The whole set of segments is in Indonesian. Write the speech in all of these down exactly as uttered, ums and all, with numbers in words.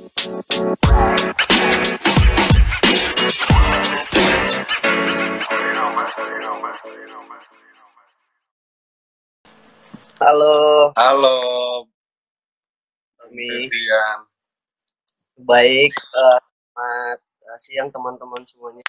Halo, Halo, kami Febrian. baik. eh, Selamat eh, siang teman-teman semuanya.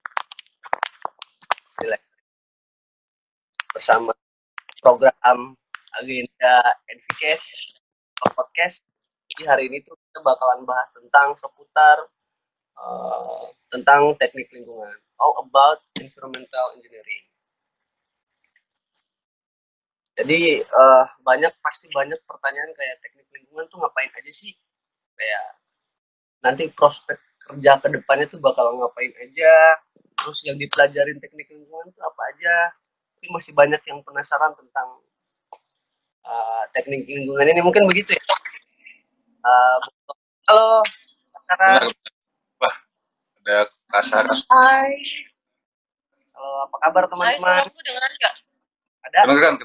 Relax bersama program agenda Envikes podcast. Jadi hari ini tuh kita bakalan bahas tentang seputar eh, tentang teknik lingkungan. All about environmental engineering. Jadi eh, banyak pasti banyak pertanyaan kayak teknik lingkungan tuh ngapain aja sih? Kayak nanti prospek kerja ke depannya tuh bakal ngapain aja, terus yang dipelajarin teknik lingkungan tuh apa aja. Tapi masih banyak yang penasaran tentang uh, teknik lingkungan ini, mungkin begitu ya. Uh, halo Sarah, Benar, wah, ada kasaran. Hai, halo apa kabar hai, teman-teman? suaraku dengar nggak? Ada? Kedengeran?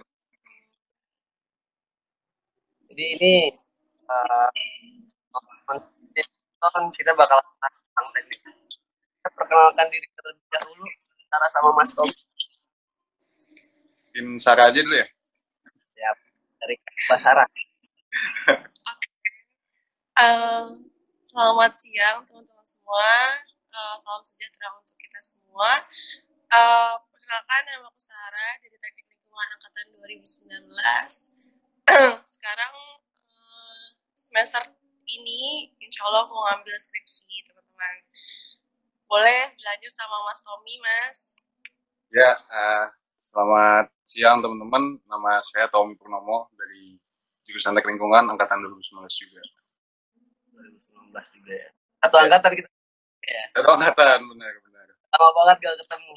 Jadi ini uh, kan kita bakal bahas tentang teknik. Kita perkenalkan diri terlebih dahulu, Sarah sama Mas Tom. Tim Sarah aja dulu ya. Ya, dari Mbak Sarah. Um, selamat siang teman-teman semua. Uh, salam sejahtera untuk kita semua. Uh, perkenalkan, nama aku Sarah dari Teknik Lingkungan Angkatan dua ribu sembilan belas. Sekarang uh, semester ini, insya Allah mau ngambil skripsi teman-teman. Boleh dilanjut sama Mas Tommy, Mas? Ya, uh, selamat siang teman-teman. Nama saya Tommy Purnomo dari jurusan Teknik Lingkungan Angkatan dua ribu sembilan belas juga. dua ribu sembilan belas juga ya. Atau ya. Angkatan kita. Ya. Satu angkatan, benar-benar. Lama banget gak ketemu.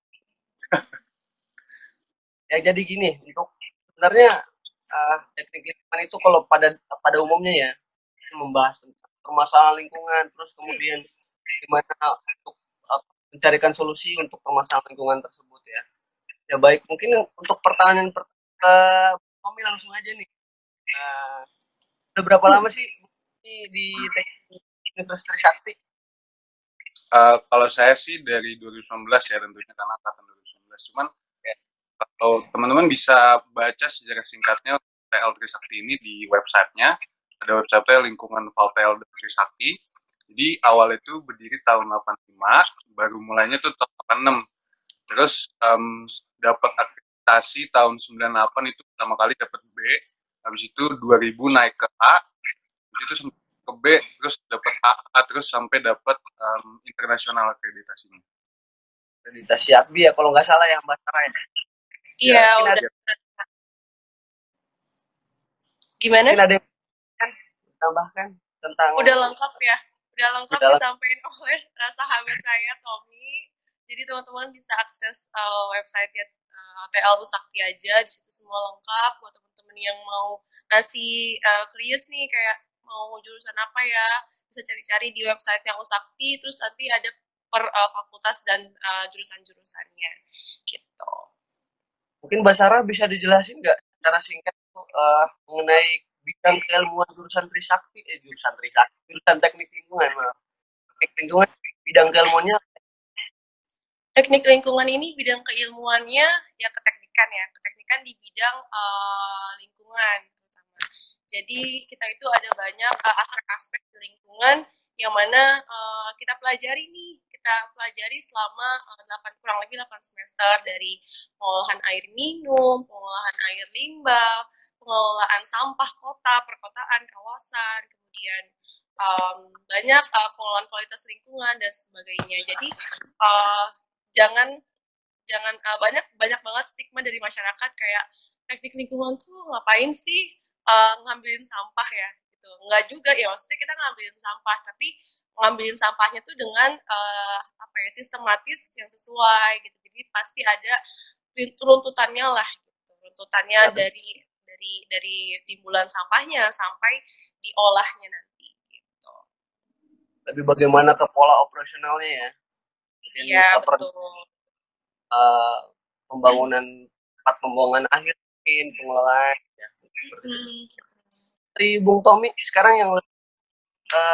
Ya jadi gini, untuk sebenarnya uh, teknik lingkungan itu kalau pada pada umumnya ya membahas tentang permasalahan lingkungan, terus kemudian gimana untuk uh, mencarikan solusi untuk permasalahan lingkungan tersebut ya. Ya baik, mungkin untuk pertanyaan per, uh, kami langsung aja nih. Uh, udah berapa lama sih di, di teknik Universitas Trisakti? Uh, kalau saya sih dari dua ribu sembilan belas ya tentunya karena angkatan dua ribu sembilan belas. Cuman ya, kalau teman-teman bisa baca sejarah singkatnya T L Trisakti ini di websitenya. Ada website lingkungan Valtel Trisakti. Jadi awal itu berdiri tahun delapan puluh lima, baru mulainya tuh tahun delapan puluh enam. Terus um, dapat akreditasi tahun sembilan puluh delapan itu pertama kali dapat B. Habis itu dua ribu naik ke A. Habis itu ke B, terus dapat A, A terus sampai dapat um, internasional akreditasinya. Akreditasi A B ya kalau nggak salah ya Mbak Sarah ya. Iya, Ya, udah. ada, Gimana? mungkin ada yang kan, tambahkan tentang udah lengkap ya, udah lengkap udah disampaikan oleh sahabat saya Tommy. Jadi teman-teman bisa akses uh, website-nya uh, T L Usakti aja, di situ semua lengkap buat teman-teman yang mau ngasih uh, curious nih kayak mau jurusan apa ya, bisa cari-cari di website yang Usakti, terus nanti ada per uh, fakultas dan uh, jurusan-jurusannya gitu. Mungkin Mbak Sarah bisa dijelasin nggak secara singkat uh, mengenai bidang keilmuan jurusan Trisakti, eh jurusan Trisakti, jurusan teknik lingkungan, maaf. Teknik lingkungan, bidang keilmuannya. Teknik lingkungan ini bidang keilmuannya ya keteknikan ya, keteknikan di bidang uh, lingkungan terutama. Jadi kita itu ada banyak uh, aspek-aspek lingkungan yang mana uh, kita pelajari nih, kita pelajari selama uh, delapan, kurang lebih delapan semester, dari pengolahan air minum, pengolahan air limbah, pengelolaan sampah kota, perkotaan, kawasan, kemudian um, banyak uh, pengelolaan kualitas lingkungan dan sebagainya. Jadi uh, jangan jangan uh, banyak banyak banget stigma dari masyarakat kayak teknik lingkungan tuh ngapain sih uh, ngambilin sampah ya gitu. Nggak juga ya, maksudnya kita ngambilin sampah tapi ngambilin sampahnya tuh dengan uh, apa ya, sistematis yang sesuai gitu. Jadi pasti ada runtutannya lah gitu. Runtutannya ya, dari dari dari timbulan sampahnya sampai diolahnya nanti gitu. Tapi bagaimana ke pola operasionalnya ya? Iya, betul. Uh, pembangunan tempat pembuangan akhir, mungkin pengelolaan ya. Hmm. Dari Bung Tommy sekarang yang uh,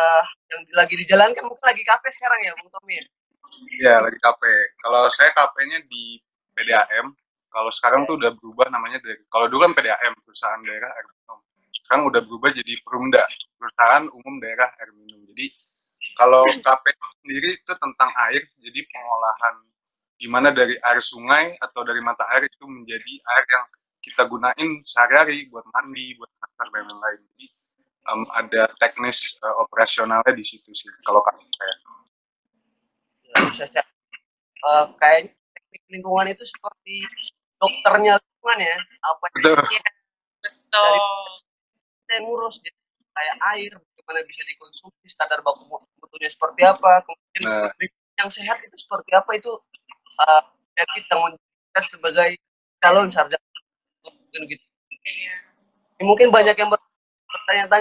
yang lagi dijalankan mungkin lagi K P sekarang ya Bung Tommy ya? Ya, lagi K P. Kalau saya K P-nya di P D A M. Kalau sekarang tuh udah berubah namanya dari, kalau dulu kan P D A M, Perusahaan Daerah Air Minum. Sekarang udah berubah jadi Perumda, Perusahaan Umum Daerah Air Minum. Jadi kalau K P sendiri itu tentang air, jadi pengolahan gimana dari air sungai atau dari mata air itu menjadi air yang kita gunain sehari-hari buat mandi, buat masak dan lain-lain. Jadi um, ada teknis uh, operasionalnya di situ sih kalau K P saya. Ya, bisa secara uh, kayaknya teknik lingkungan itu seperti dokternya lingkungan ya, apa Betul. Iya, betul. kita yang ngurus, jadi kayak air bagaimana bisa dikonsumsi, standar baku mutunya seperti apa, kemudian Nah, yang sehat itu seperti apa, itu uh, dari tanggung jawab kita sebagai calon sarjana mungkin gitu. Iya. Ya, mungkin banyak yang ber- bertanya-tanya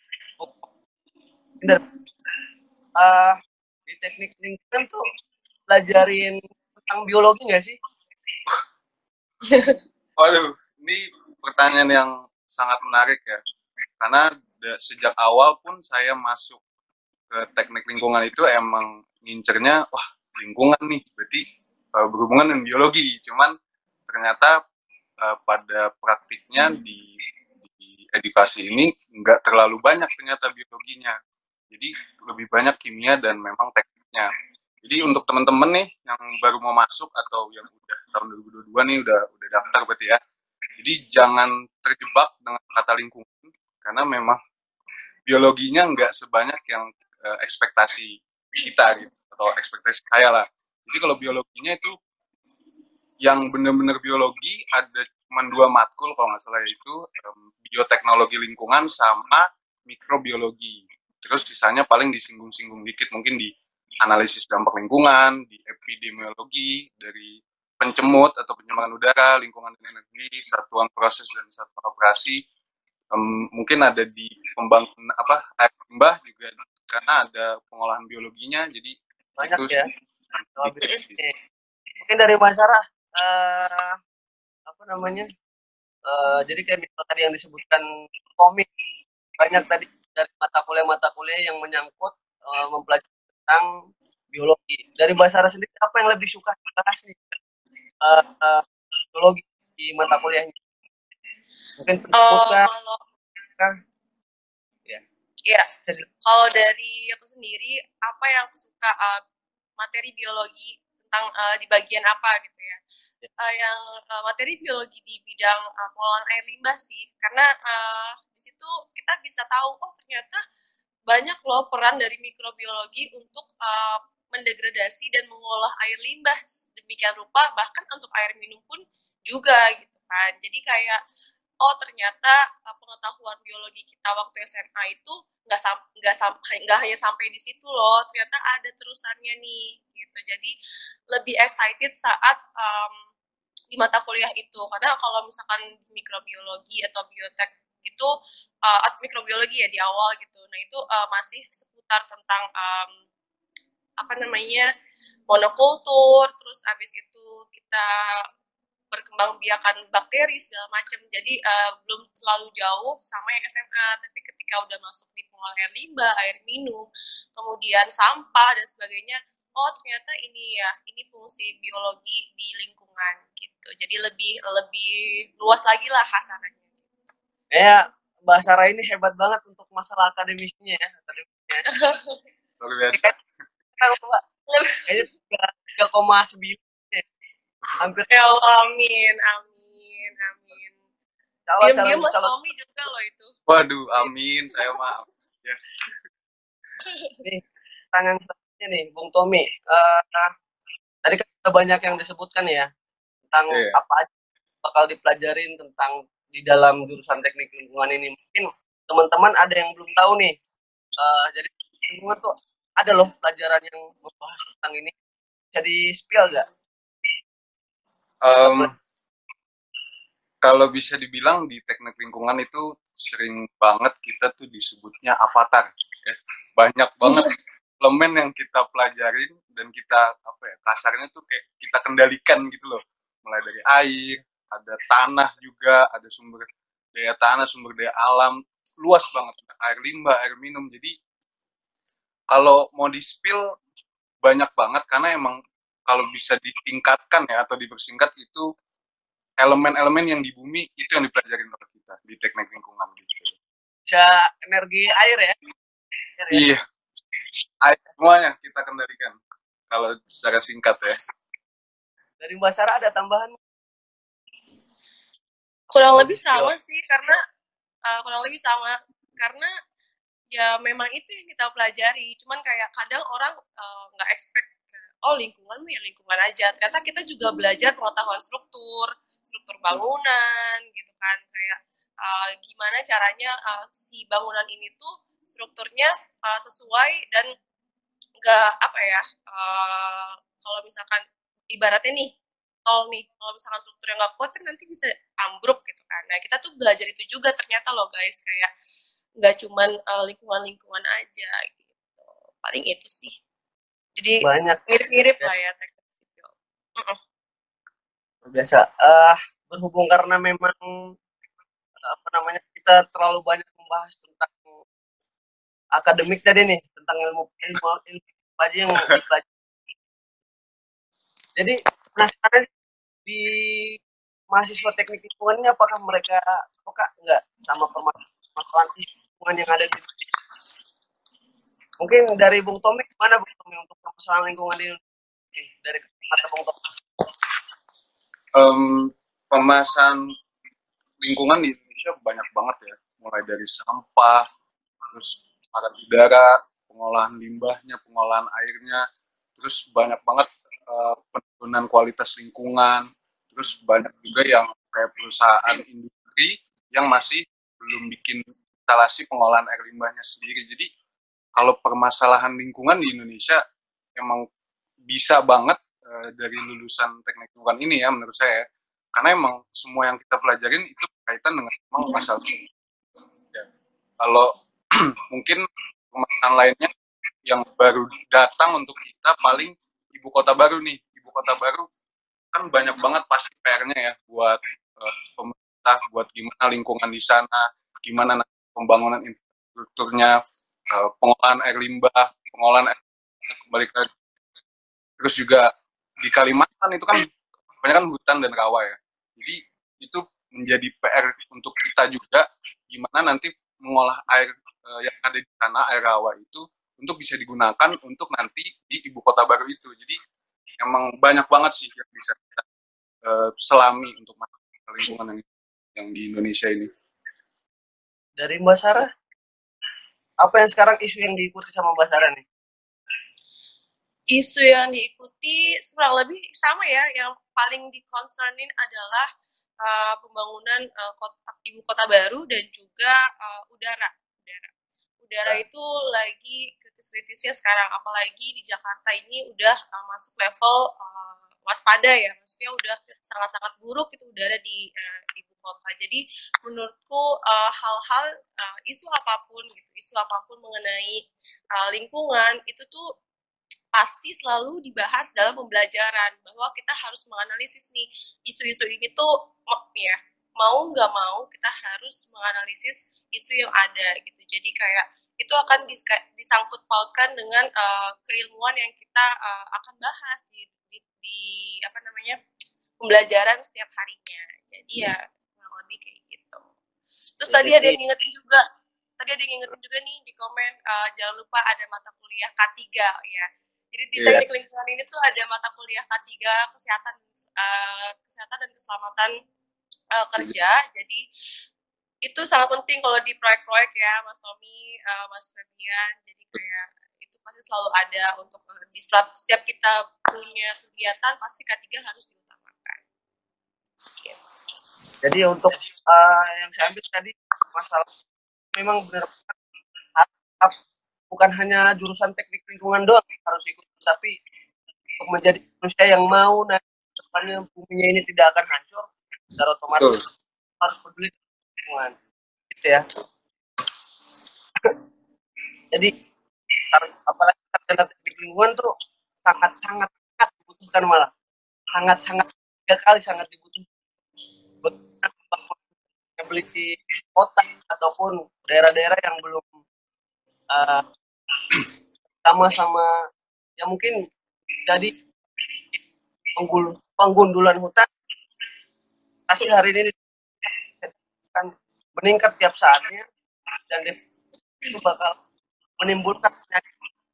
uh, di teknik lingkungan tuh pelajarin tentang biologi nggak sih? waduh, ini pertanyaan yang sangat menarik ya. Karena da- sejak awal pun saya masuk ke teknik lingkungan itu emang ngincernya, wah lingkungan nih, berarti uh, berhubungan dengan biologi. Cuman ternyata uh, pada praktiknya di, di edukasi ini nggak terlalu banyak ternyata biologinya. Jadi lebih banyak kimia dan memang tekniknya. Jadi untuk teman-teman nih yang baru mau masuk atau yang udah tahun dua ribu dua puluh dua nih udah udah daftar berarti ya. Jadi jangan terjebak dengan kata lingkungan karena memang biologinya nggak sebanyak yang uh, ekspektasi kita gitu atau ekspektasi saya lah. Jadi kalau biologinya itu yang benar-benar biologi ada cuma dua matkul kalau nggak salah, yaitu um, bioteknologi lingkungan sama mikrobiologi. Terus sisanya paling disinggung-singgung dikit mungkin di analisis dampak lingkungan, di epidemiologi, dari pencemut atau pencemaran udara, lingkungan dan energi, satuan proses dan satuan operasi. Um, mungkin ada di pembangunan apa air limbah juga karena ada pengolahan biologinya, jadi Banyak itu ya. sedikit. Mungkin dari masyarakat uh, apa namanya? Uh, jadi kayak misal tadi yang disebutkan komik, banyak tadi dari mata kuliah-mata kuliah yang menyangkut uh, mempelajari tentang biologi. Dari Basara sendiri apa yang lebih suka dibahas nih? Uh, uh, biologi di mata kuliahnya. Mungkin Uh, disebutkan kalau kah? Ya. ya, Jadi, kalau dari aku sendiri, apa yang aku suka uh, materi biologi tentang uh, di bagian apa gitu ya? Uh, yang uh, materi biologi di bidang uh, pengolahan air limbah sih, karena uh, di situ kita bisa tahu oh ternyata banyak loh peran dari mikrobiologi untuk uh, mendegradasi dan mengolah air limbah demikian rupa bahkan untuk air minum pun juga gitu kan. Jadi kayak oh ternyata uh, pengetahuan biologi kita waktu S M A itu nggak sam- nggak sam- nggak hanya sampai di situ loh, ternyata ada terusannya nih gitu. Jadi lebih excited saat um, di mata kuliah itu, karena kalau misalkan mikrobiologi atau biotek itu uh, mikrobiologi ya di awal gitu, nah itu uh, masih seputar tentang um, apa namanya monokultur, terus abis itu kita berkembang biakan bakteri segala macam, jadi uh, belum terlalu jauh sama yang S M A. Tapi ketika udah masuk di pengolahan air limbah, air minum, kemudian sampah dan sebagainya, oh ternyata ini ya, ini fungsi biologi di lingkungan gitu. Jadi lebih lebih luas lagi lah hasananya. ya Mbak Sarah ini hebat banget untuk masalah akademisnya ya. Akademisnya. Luar biasa. Kayaknya Mbak, kayaknya tiga koma sembilan ya. Hampir Ya Allah, amin, amin, amin. calon Diam-diam calon Mas calon. Tommy juga loh itu. Waduh, amin, saya maaf. Yes. Nih, tangan selanjutnya nih, Bung Tommy. Uh, tadi kan sudah banyak yang disebutkan ya tentang Yeah. apa aja bakal dipelajarin tentang di dalam jurusan teknik lingkungan ini. Mungkin teman-teman ada yang belum tahu nih. Uh, jadi lingkungan tuh ada loh pelajaran yang membahas tentang ini. Bisa di-spill nggak? Um, kalau bisa dibilang di teknik lingkungan itu sering banget kita tuh disebutnya avatar. Ya. Banyak banget elemen yang kita pelajarin dan kita apa ya kasarnya tuh kayak kita kendalikan gitu loh. Mulai dari air, ada tanah juga, ada sumber daya tanah, sumber daya alam, luas banget. Air limbah, air minum. Jadi kalau mau di-spill banyak banget karena emang kalau bisa ditingkatkan ya atau dipersingkat itu elemen-elemen yang di bumi itu yang dipelajarin oleh kita di teknik lingkungan gitu. Bisa energi air ya? Air ya? Iya, air semuanya kita kendalikan kalau secara singkat ya. Dari Mbak Sarah ada tambahan? Kurang lebih sama sih karena uh, kurang lebih sama karena ya memang itu yang kita pelajari. Cuman kayak kadang orang nggak uh, expect oh lingkungan ya lingkungan aja. Ternyata kita juga belajar pengetahuan struktur, struktur bangunan gitu kan. Kayak uh, gimana caranya uh, si bangunan ini tuh strukturnya uh, sesuai dan nggak apa ya uh, kalau misalkan ibaratnya nih tol nih kalau misalkan strukturnya nggak kuat kan nanti bisa ambruk gitu kan. Nah kita tuh belajar itu juga ternyata loh guys kayak nggak cuman uh, lingkungan-lingkungan aja gitu. Paling itu sih. Jadi banyak mirip-mirip lah ya teknik sipil. Uh-uh. Biasa. Uh, berhubung karena memang apa namanya kita terlalu banyak membahas tentang akademik tadi nih tentang ilmu ilmu ilmu aja yang dipelajari. Jadi penasaran di mahasiswa teknik lingkungan ini apakah mereka suka nggak sama permasalahan lingkungan yang ada di Indonesia? Mungkin dari Bung Tomik, mana Bung Tomik untuk permasalahan lingkungan di Indonesia? Dari kata Bung Tomik. Um, pembahasan lingkungan di Indonesia banyak banget ya, mulai dari sampah, terus padat udara, pengolahan limbahnya, pengolahan airnya, terus banyak banget uh, penurunan kualitas lingkungan, terus banyak juga yang kayak perusahaan industri yang masih belum bikin instalasi pengolahan air limbahnya sendiri. Jadi kalau permasalahan lingkungan di Indonesia emang bisa banget uh, dari lulusan teknik lingkungan ini ya menurut saya, karena emang semua yang kita pelajarin itu berkaitan dengan emang masalah. Ya. Kalau mungkin permasalahan lainnya yang baru datang untuk kita paling ibu kota baru nih, ibu kota baru kan banyak banget pasti P R-nya ya buat uh, pemerintah, buat gimana lingkungan di sana, gimana pembangunan infrastrukturnya, uh, pengolahan air limbah, pengolahan air kembali ke terus juga di Kalimantan itu kan banyak kan hutan dan rawa ya. Jadi itu menjadi P R untuk kita juga gimana nanti mengolah air uh, yang ada di sana, air rawa itu untuk bisa digunakan untuk nanti di ibu kota baru itu. Jadi emang banyak banget sih yang bisa kita uh, selami untuk lingkungan yang, yang di Indonesia ini. Dari Mbak Sarah, apa yang sekarang isu yang diikuti sama Mbak Sarah nih? Isu yang diikuti kurang lebih sama ya, yang paling dikonsernin adalah uh, pembangunan uh, kota, ibu kota baru dan juga uh, udara. Udara. Udara itu lagi kritis-kritisnya sekarang, apalagi di Jakarta ini udah uh, masuk level uh, waspada ya, maksudnya udah sangat-sangat buruk itu udara di uh, ibu kota. Jadi menurutku uh, hal-hal uh, isu apapun gitu, isu apapun mengenai uh, lingkungan itu tuh pasti selalu dibahas dalam pembelajaran bahwa kita harus menganalisis nih isu-isu ini tuh ya mau nggak mau kita harus menganalisis isu yang ada gitu. Jadi kayak itu akan disangkut pautkan dengan uh, keilmuan yang kita uh, akan bahas di, di, di apa namanya pembelajaran setiap harinya. Jadi ya kurang lebih kayak gitu. Terus tadi ada yang ngingetin juga tadi ada yang ngingetin juga nih di komen uh, jangan lupa ada mata kuliah K tiga ya. Jadi di teknik lingkungan ini tuh ada mata kuliah K tiga kesehatan uh, kesehatan dan keselamatan uh, kerja. Jadi itu sangat penting kalau di proyek-proyek ya Mas Tommy, uh, Mas Febian. Jadi kayak itu pasti selalu ada untuk uh, di setiap, setiap kita punya kegiatan pasti K tiga harus diutamakan. Gitu. Jadi untuk uh, yang saya ambil tadi masalah memang benar-benar bukan hanya jurusan teknik lingkungan doang harus ikut, tapi untuk menjadi manusia yang mau nanti depannya buminya ini tidak akan hancur, secara otomatis Betul. harus peduli dengan lingkungan, gitu ya. Jadi apalagi karena teknik lingkungan tuh sangat sangat sangat dibutuhkan, malah sangat sangat tiga kali sangat dibutuhkan yang beli di kota ataupun daerah-daerah yang belum uh, sama-sama ya mungkin jadi penggul, penggundulan hutan kasih hari ini akan meningkat tiap saatnya dan itu bakal menimbulkan penyakit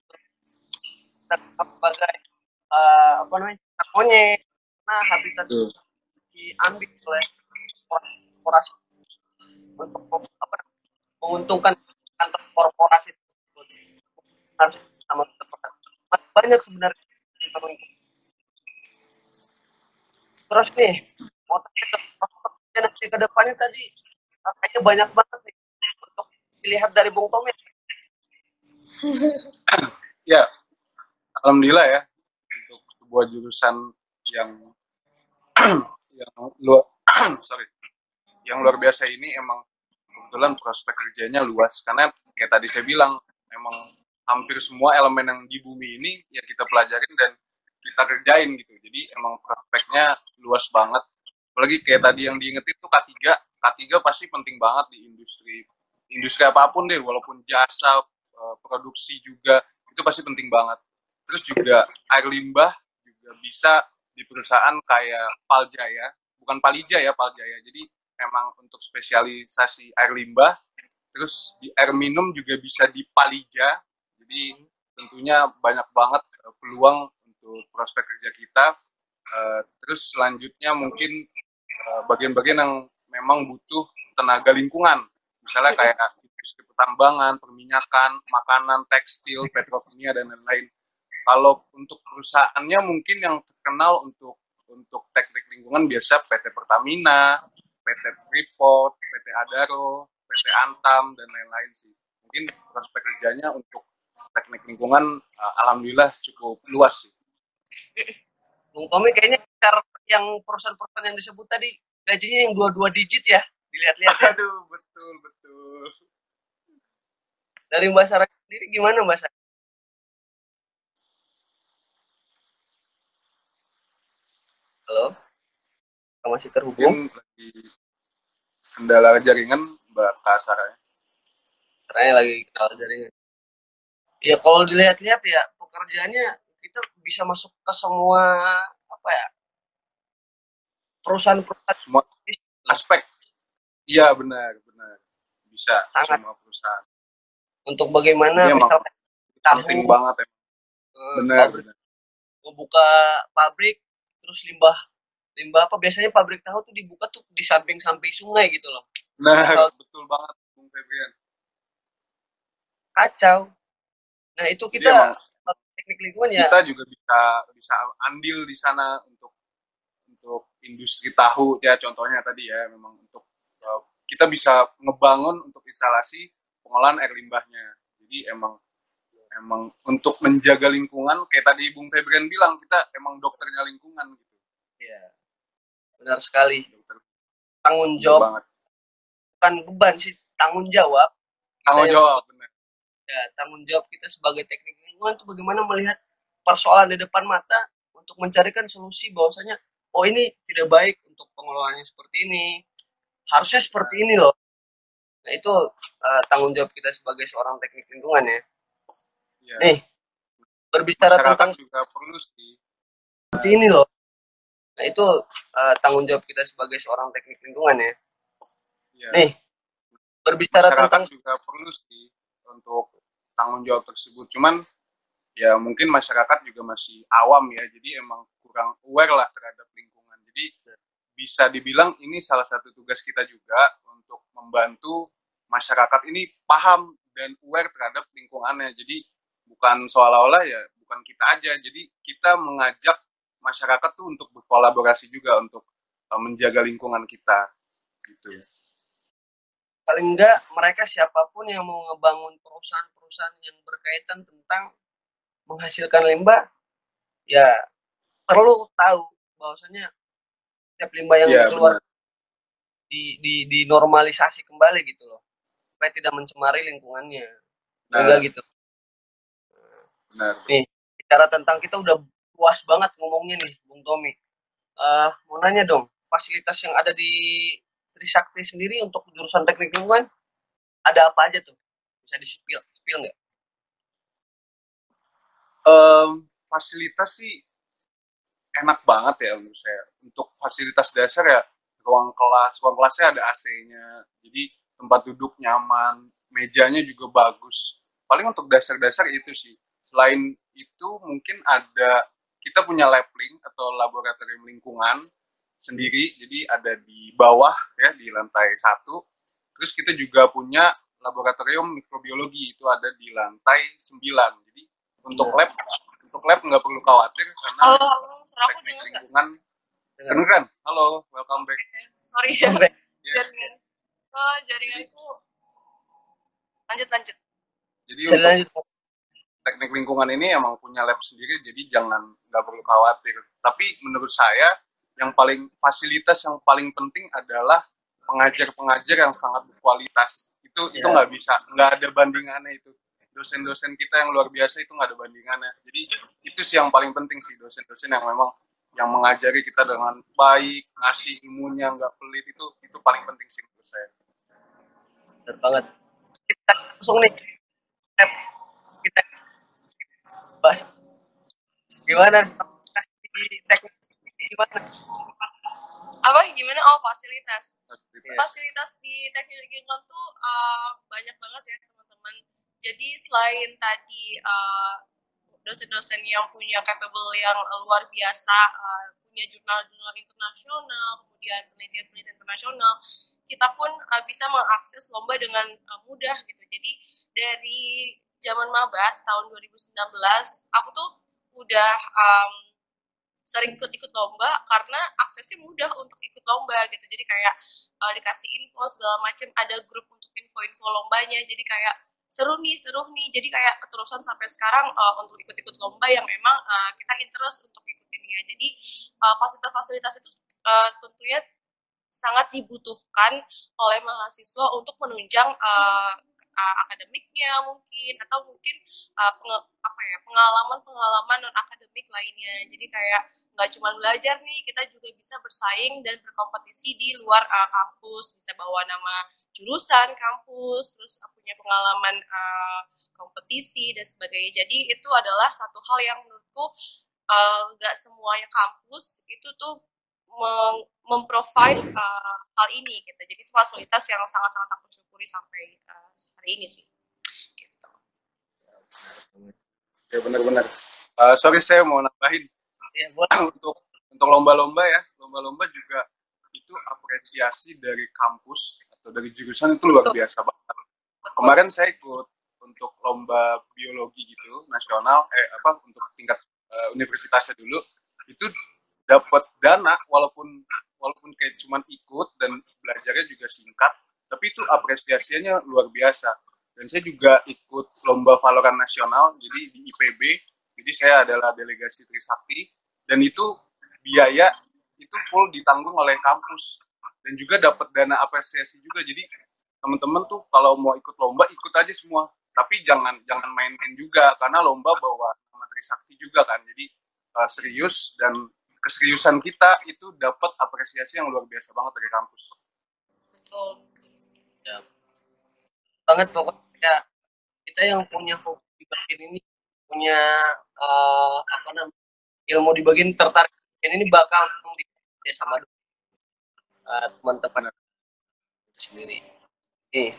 sebagai uh, apa namanya monyet. Nah habitat Tuh. diambil oleh korporasi untuk apa, menguntungkan kantor korporasi tersebut. Harus sama banyak sebenarnya. Terus nih mau tanya nanti ke depannya tadi kayaknya banyak banget nih untuk dilihat dari Bung Tommy. Ya, alhamdulillah ya untuk sebuah jurusan yang yang luar sorry yang luar biasa ini emang kebetulan prospek kerjanya luas karena kayak tadi saya bilang emang hampir semua elemen yang di bumi ini ya kita pelajarin dan kita kerjain gitu. Jadi emang prospeknya luas banget. Apalagi kayak tadi yang diingetin tuh K tiga. K tiga pasti penting banget di industri industri apapun deh, walaupun jasa, produksi juga itu pasti penting banget. Terus juga air limbah juga bisa di perusahaan kayak Paljaya, bukan Palija ya, Paljaya. Jadi emang untuk spesialisasi air limbah. Terus di air minum juga bisa di Palija. Jadi tentunya banyak banget peluang untuk prospek kerja kita. Uh, terus selanjutnya mungkin uh, bagian-bagian yang memang butuh tenaga lingkungan. Misalnya kayak industri pertambangan, perminyakan, makanan, tekstil, petrokimia, dan lain-lain. Kalau untuk perusahaannya mungkin yang terkenal untuk untuk teknik lingkungan biasa P T Pertamina, P T Freeport, P T Adaro, P T Antam, dan lain-lain sih. Mungkin prospek kerjanya untuk teknik lingkungan uh, alhamdulillah cukup luas sih. Bung Tommy kayaknya yang perusahaan-perusahaan yang disebut tadi gajinya yang dua-dua digit ya, dilihat-lihat. Aduh, betul, betul. Dari Mbak Sarah sendiri gimana Mbak Sarah? Halo? Masih terhubung? Mungkin lagi kendala jaringan Mbak Kasara. Karena lagi kendala jaringan. Ya kalau dilihat-lihat ya pekerjaannya kita bisa masuk ke semua apa ya perusahaan-perusahaan semua aspek. Iya benar benar bisa sangat semua perusahaan. Untuk bagaimana misalkan penting banget ya. Benar benar. Membuka pabrik terus limbah limbah apa biasanya pabrik tahu tuh dibuka tuh di samping-samping sungai gitu loh. Nah Asal, betul banget Bung Febrian. Kacau. Nah itu kita teknik lingkungan ya. Kita juga bisa bisa andil di sana untuk untuk industri tahu ya contohnya tadi ya memang untuk uh, kita bisa ngebangun untuk instalasi pengolahan air limbahnya. Jadi emang emang untuk menjaga lingkungan kayak tadi Bung Febrian bilang kita emang dokternya lingkungan gitu. Iya. Benar sekali. Dokter. Tanggung jawab banget. Bukan beban sih, tanggung jawab. Tanggung jawab benar. Ya, tanggung jawab kita sebagai teknik lingkungan itu bagaimana melihat persoalan di depan mata untuk mencarikan solusi bahwasanya oh ini tidak baik untuk pengelolaannya seperti ini. Harusnya seperti ini loh. Nah, itu uh, tanggung jawab kita sebagai seorang teknik lingkungan ya. Ya. Nih, berbicara masyarakat tentang juga perlu sih. Seperti ini loh. Nah, itu uh, tanggung jawab kita sebagai seorang teknik lingkungan ya. Ya. Nih, berbicara masyarakat tentang juga perlu sih untuk tanggung jawab tersebut. Cuman ya mungkin masyarakat juga masih awam ya, jadi emang kurang aware lah terhadap lingkungan. Jadi bisa dibilang ini salah satu tugas kita juga untuk membantu masyarakat ini paham dan aware terhadap lingkungannya. Jadi bukan seolah-olah ya bukan kita aja, jadi kita mengajak masyarakat tuh untuk berkolaborasi juga untuk uh, menjaga lingkungan kita gitu. Paling enggak mereka siapapun yang mau ngebangun perusahaan-perusahaan yang berkaitan tentang menghasilkan limbah ya perlu tahu bahwasanya setiap limbah yang ya, keluar di, di dinormalisasi kembali gitu loh supaya tidak mencemari lingkungannya. Nah, enggak gitu. Benar. Nih, bicara tentang kita udah luas banget ngomongnya nih, Bung Tommy. Uh, mau nanya dong, fasilitas yang ada di Trisakti sendiri untuk jurusan teknik lingkungan ada apa aja tuh? Bisa di spill, spill nggak? Um, fasilitas sih enak banget ya menurut saya. Untuk fasilitas dasar ya ruang kelas, ruang kelasnya ada A C-nya, jadi tempat duduk nyaman, mejanya juga bagus. Paling untuk dasar-dasar itu sih. Selain itu mungkin ada kita punya lab link atau laboratorium lingkungan sendiri, jadi ada di bawah ya di lantai satu. Terus kita juga punya laboratorium mikrobiologi itu ada di lantai sembilan. Jadi untuk lab untuk lab nggak perlu khawatir karena Halo, halo, suara aku teknik dengar nggak? lingkungan kedengeran. Halo, welcome back. Sorry ya, Sampai Ya, jaringan. Oh, jaringan itu lanjut lanjut. jadi bisa untuk lanjut. teknik lingkungan ini emang punya lab sendiri, jadi jangan nggak perlu khawatir. Tapi menurut saya yang paling fasilitas yang paling penting adalah pengajar-pengajar yang sangat berkualitas. Itu itu Ya. nggak bisa, nggak ada bandingannya itu. Dosen-dosen kita yang luar biasa itu nggak ada bandingannya. Jadi itu sih yang paling penting sih, dosen-dosen yang memang yang mengajari kita dengan baik, ngasih ilmunya nggak pelit, itu itu paling penting sih menurut saya. Benar banget. Kita langsung nih step kita bahas gimana di teknik gimana? Apa gimana? Oh, fasilitas. Fasilitas. Fasilitas di teknik lingkungan tuh uh, banyak banget ya teman-teman. Jadi selain tadi uh, dosen-dosen yang punya capable yang luar biasa, uh, punya jurnal-jurnal internasional, kemudian penelitian-penelitian internasional, kita pun uh, bisa mengakses lomba dengan uh, mudah gitu. Jadi dari zaman maba tahun dua ribu sembilan belas, aku tuh udah um, sering ikut-ikut lomba karena aksesnya mudah untuk ikut lomba gitu. Jadi kayak uh, dikasih info segala macam, ada grup untuk info-info lombanya. Jadi kayak seru nih, seru nih. Jadi kayak keterusan sampai sekarang uh, untuk ikut-ikut lomba yang memang uh, kita interest untuk ikutin ya. Jadi uh, fasilitas-fasilitas itu uh, tentunya sangat dibutuhkan oleh mahasiswa untuk menunjang uh, uh, akademiknya mungkin, atau mungkin uh, penge- apa ya pengalaman-pengalaman non akademik lainnya. Jadi kayak nggak cuma belajar nih, kita juga bisa bersaing dan berkompetisi di luar uh, kampus, bisa bawa nama jurusan kampus, terus punya pengalaman uh, kompetisi dan sebagainya. Jadi itu adalah satu hal yang menurutku nggak uh, semuanya kampus itu tuh mem- memprovide uh, hal ini gitu. Jadi itu fasilitas yang sangat-sangat aku syukuri sampai uh, hari ini sih. Gitu. Ya benar-benar. Uh, sorry saya mau nambahin. Ya, buat untuk untuk lomba-lomba ya, lomba-lomba juga itu apresiasi dari kampus atau dari jurusan itu luar biasa banget. Kemarin saya ikut untuk lomba biologi gitu nasional, eh apa untuk tingkat uh, universitasnya dulu, itu dapat dana walaupun walaupun kayak cuman ikut dan belajarnya juga singkat, tapi itu apresiasinya luar biasa. Dan saya juga ikut lomba Valorant nasional, jadi di I P B, jadi saya adalah delegasi Trisakti, dan itu biaya itu full ditanggung oleh kampus, dan juga dapat dana apresiasi juga. Jadi teman-teman tuh kalau mau ikut lomba ikut aja semua, tapi jangan jangan main-main juga karena lomba bawa nama Trisakti juga kan. Jadi uh, serius, dan keseriusan kita itu dapat apresiasi yang luar biasa banget dari kampus. Betul. ya, banget pokoknya kita yang punya fokus di bagian ini, punya uh, apa namanya ilmu di bagian tertarik dan ini bakal di ya, sama uh, teman-teman itu sendiri. Nih,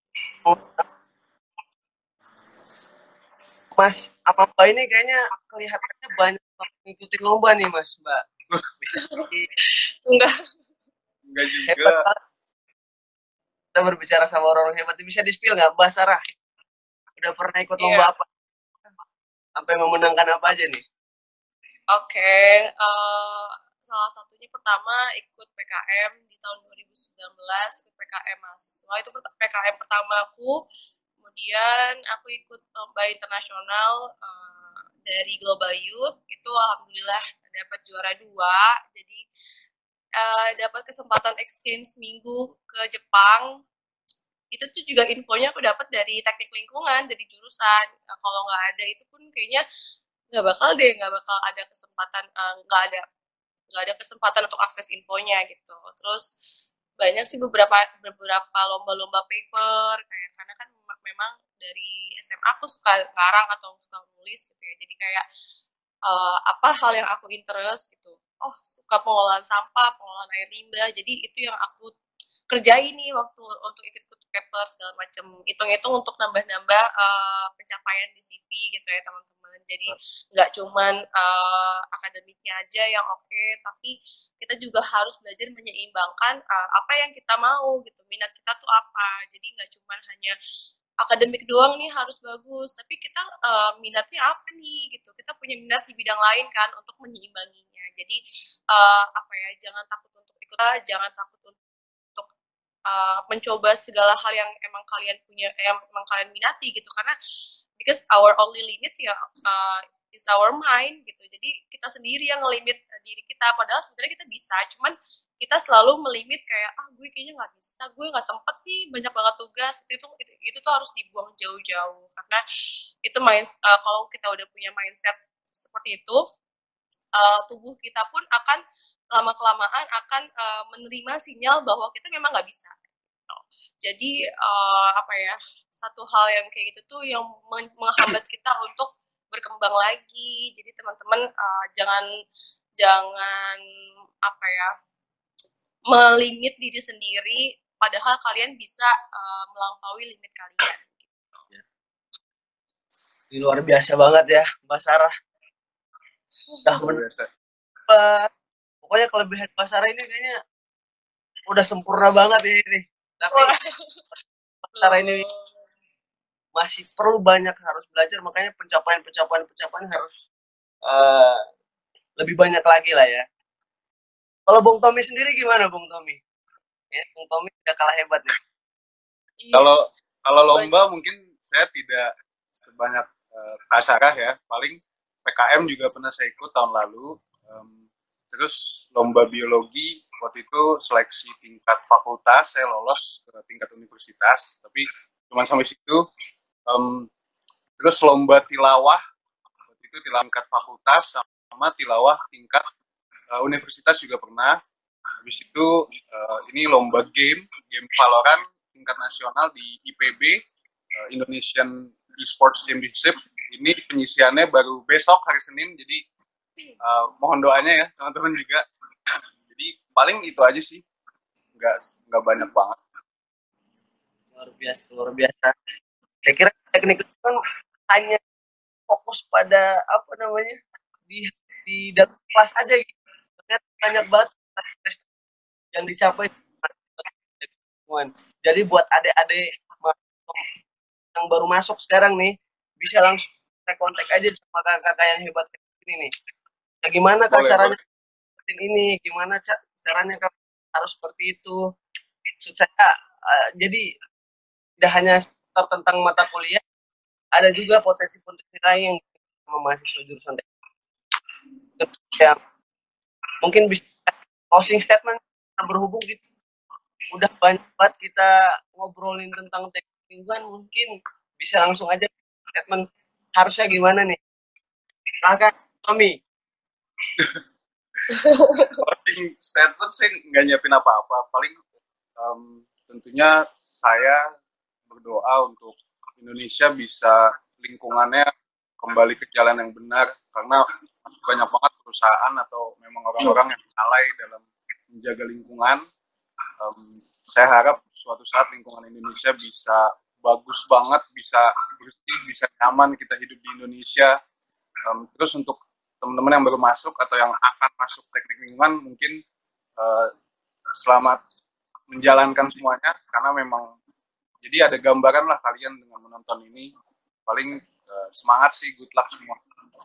Mas, apa Mbak ini kayaknya kelihatannya banyak mengikuti lomba nih Mas, Mbak. Bisa di Enggak. Enggak juga. hebat banget. Kita berbicara sama orang hebat, bisa di-spill nggak Mbak Sarah? Udah pernah ikut lomba Iya. apa? Sampai memenangkan apa aja nih? Oke, okay. uh, salah satunya pertama ikut P K M di tahun dua ribu sembilan belas, ikut P K M mahasiswa, itu P K M pertamaku. Kemudian aku ikut lomba internasional uh, dari Global Youth, itu alhamdulillah dapat juara dua. Jadi uh, dapat kesempatan exchange seminggu ke Jepang. Itu tuh juga infonya aku dapat dari teknik lingkungan, dari jurusan. Nah, kalau nggak ada itu pun kayaknya nggak bakal deh, nggak bakal ada kesempatan, nggak uh, ada nggak ada kesempatan untuk akses infonya gitu. Terus banyak sih beberapa beberapa lomba-lomba paper kayak, karena kan memang dari S M A aku suka ngarang atau suka nulis gitu ya. Jadi kayak uh, apa hal yang aku interest gitu. Oh, suka pengolahan sampah, pengolahan air limbah. Jadi itu yang aku kerjain nih waktu untuk ikut-ikut paper segala macam, hitung-hitung untuk nambah-nambah uh, pencapaian di C V gitu ya teman-teman. Jadi nggak cuman uh, akademiknya aja yang oke, okay, tapi kita juga harus belajar menyeimbangkan uh, apa yang kita mau gitu, minat kita tuh apa. Jadi nggak cuman hanya akademik doang nih harus bagus, tapi kita uh, minatnya apa nih gitu, kita punya minat di bidang lain kan untuk menyeimbanginya. Jadi uh, apa ya, jangan takut untuk ikut, jangan takut untuk Uh, mencoba segala hal yang emang kalian punya, yang emang kalian minati gitu, karena because our only limits ya uh, is our mind gitu. Jadi kita sendiri yang ngelimit diri kita, padahal sebenarnya kita bisa, cuman kita selalu melimit kayak ah gue kayaknya nggak bisa, gue nggak sempet nih, banyak banget tugas. Itu itu, itu tuh harus dibuang jauh-jauh, karena itu mind uh, kalau kita udah punya mindset seperti itu, uh, tubuh kita pun akan lama-kelamaan akan uh, menerima sinyal bahwa kita memang nggak bisa. Jadi uh, apa ya, satu hal yang kayak gitu tuh yang menghambat kita untuk berkembang lagi. Jadi teman-teman uh, jangan jangan apa ya, melimit diri sendiri, padahal kalian bisa uh, melampaui limit kalian. Ini luar biasa banget ya Mbak Sarah. Udah biasa. Uh, pokoknya kelebihan Mbak Sarah ini kayaknya udah sempurna banget ya ini. Tapi Mbak Sarah ini masih perlu banyak harus belajar, makanya pencapaian-pencapaian pencapaian harus uh, lebih banyak lagi lah ya. Kalau Bung Tommy sendiri gimana Bung Tommy? Ya, Bung Tommy tidak kalah hebat nih. Kalau kalau lomba mungkin saya tidak sebanyak uh, Kak Sarah ya. Paling P K M juga pernah saya ikut tahun lalu. Um, terus lomba biologi waktu itu seleksi tingkat fakultas, saya lolos ke tingkat universitas, tapi cuma sampai situ. Um, terus lomba tilawah waktu itu tilawah tingkat fakultas sama tilawah tingkat uh, universitas juga pernah. Habis itu uh, ini lomba game game Valorant tingkat nasional di I P B, uh, Indonesian Esports Championship. Ini penyisiannya baru besok hari Senin, jadi uh, mohon doanya ya teman-teman juga. Jadi paling itu aja sih, nggak nggak banyak banget. Luar biasa, luar biasa. Saya kira teknik itu kan hanya fokus pada apa namanya di di dalam kelas aja gitu. Ternyata banyak banget yang dicapai. Jadi buat adik-adik yang baru masuk sekarang nih, bisa langsung kontak aja sama kakak-kakak yang hebat ini nih. Ya gimana kan caranya seperti ini, gimana caranya kan harus seperti itu. Maksud saya uh, jadi tidak hanya tentang mata kuliah, ada juga potensi-potensi lain yang sama mahasiswa jurusan teknik. Ya, mungkin bisa closing statement berhubung gitu. Udah banyak banget kita ngobrolin tentang teknik lingkungan, mungkin bisa langsung aja statement harusnya gimana nih? Silakan Tommy. Closing statement sih nggak nyiapin apa-apa, paling um, tentunya saya berdoa untuk Indonesia bisa lingkungannya kembali ke jalan yang benar, karena banyak banget perusahaan atau memang orang-orang yang lalai dalam menjaga lingkungan. Um, saya harap suatu saat lingkungan Indonesia bisa bagus banget, bisa bersih, bisa nyaman kita hidup di Indonesia. Um, terus untuk teman-teman yang baru masuk atau yang akan masuk teknik lingkungan, mungkin uh, selamat menjalankan semuanya, karena memang jadi ada gambaran lah kalian dengan menonton ini. Paling uh, semangat sih, good luck semua.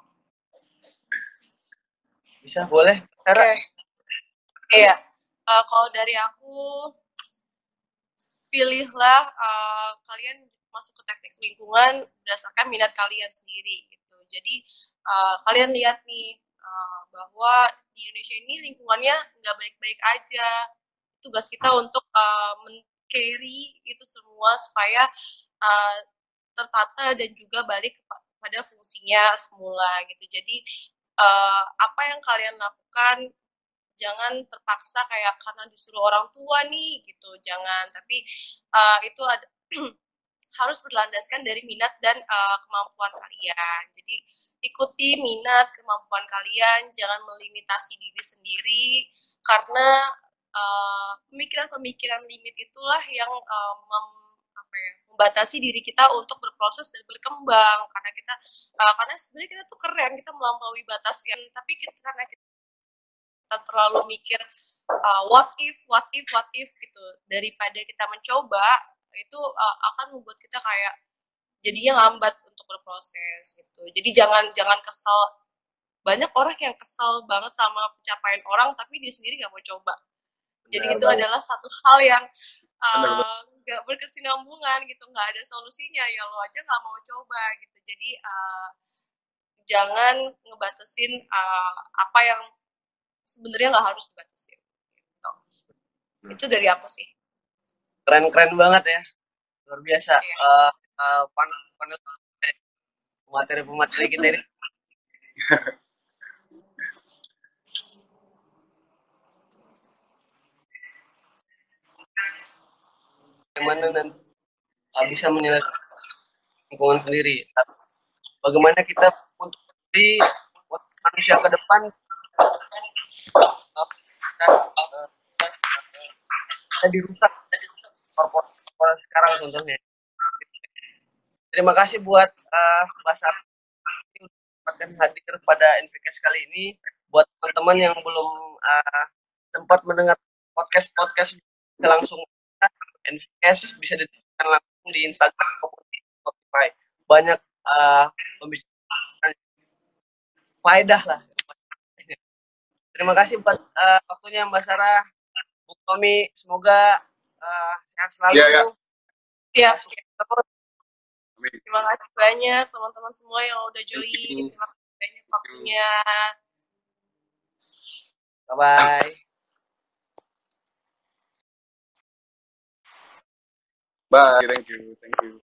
Bisa, boleh? Oke. Okay. Iya. Uh, kalau dari aku, pilihlah uh, kalian masuk ke teknik lingkungan berdasarkan minat kalian sendiri gitu. Jadi uh, kalian lihat nih uh, bahwa di Indonesia ini lingkungannya nggak baik-baik aja. Tugas kita untuk uh, men-carry itu semua supaya uh, tertata dan juga balik kepada fungsinya semula gitu. Jadi uh, apa yang kalian lakukan jangan terpaksa kayak karena disuruh orang tua nih gitu, jangan. Tapi uh, itu ada harus berlandaskan dari minat dan uh, kemampuan kalian. Jadi ikuti minat, kemampuan kalian, jangan melimitasi diri sendiri karena uh, pemikiran-pemikiran limit itulah yang uh, mem, apa ya, membatasi diri kita untuk berproses dan berkembang. Karena kita, uh, karena sebenarnya kita tuh keren, kita melampaui batas yang, tapi kita, karena kita terlalu mikir uh, what if, what if, what if gitu, daripada kita mencoba itu uh, akan membuat kita kayak jadinya lambat untuk berproses gitu. Jadi jangan jangan kesal. Banyak orang yang kesal banget sama pencapaian orang tapi dia sendiri nggak mau coba. Jadi Benar itu banget. adalah satu hal yang Benar banget. nggak uh, berkesinambungan gitu, nggak ada solusinya, ya lo aja nggak mau coba gitu. Jadi uh, jangan ngebatasin uh, apa yang sebenarnya nggak harus dibatasin. Gitu. Itu dari aku sih. Keren-keren banget ya, luar biasa. Iya. Uh, uh, panel panel pemateri-pemateri kita ini. Bagaimana nanti uh, bisa menyelesaikan lingkungan sendiri. Bagaimana kita untuk di manusia ke depan uh, kita, uh, kita dirusak korporasi sekarang contohnya. Terima kasih buat uh, Mbak Sar yang hadir pada N V K S kali ini. Buat teman-teman yang belum uh, sempat mendengar podcast-podcast langsung N V K S bisa didengarkan langsung di Instagram maupun di Spotify. Banyak uh, pembicaraan faedah lah. Terima kasih buat uh, waktunya Mbak Sarah, Bu Tommy. Semoga uh, sehat selalu. Iya, iya. Siap, siap. Terima kasih banyak teman-teman semua yang udah join. Terima kasih banyak waktunya. Bye-bye. Bye, thank you, thank you.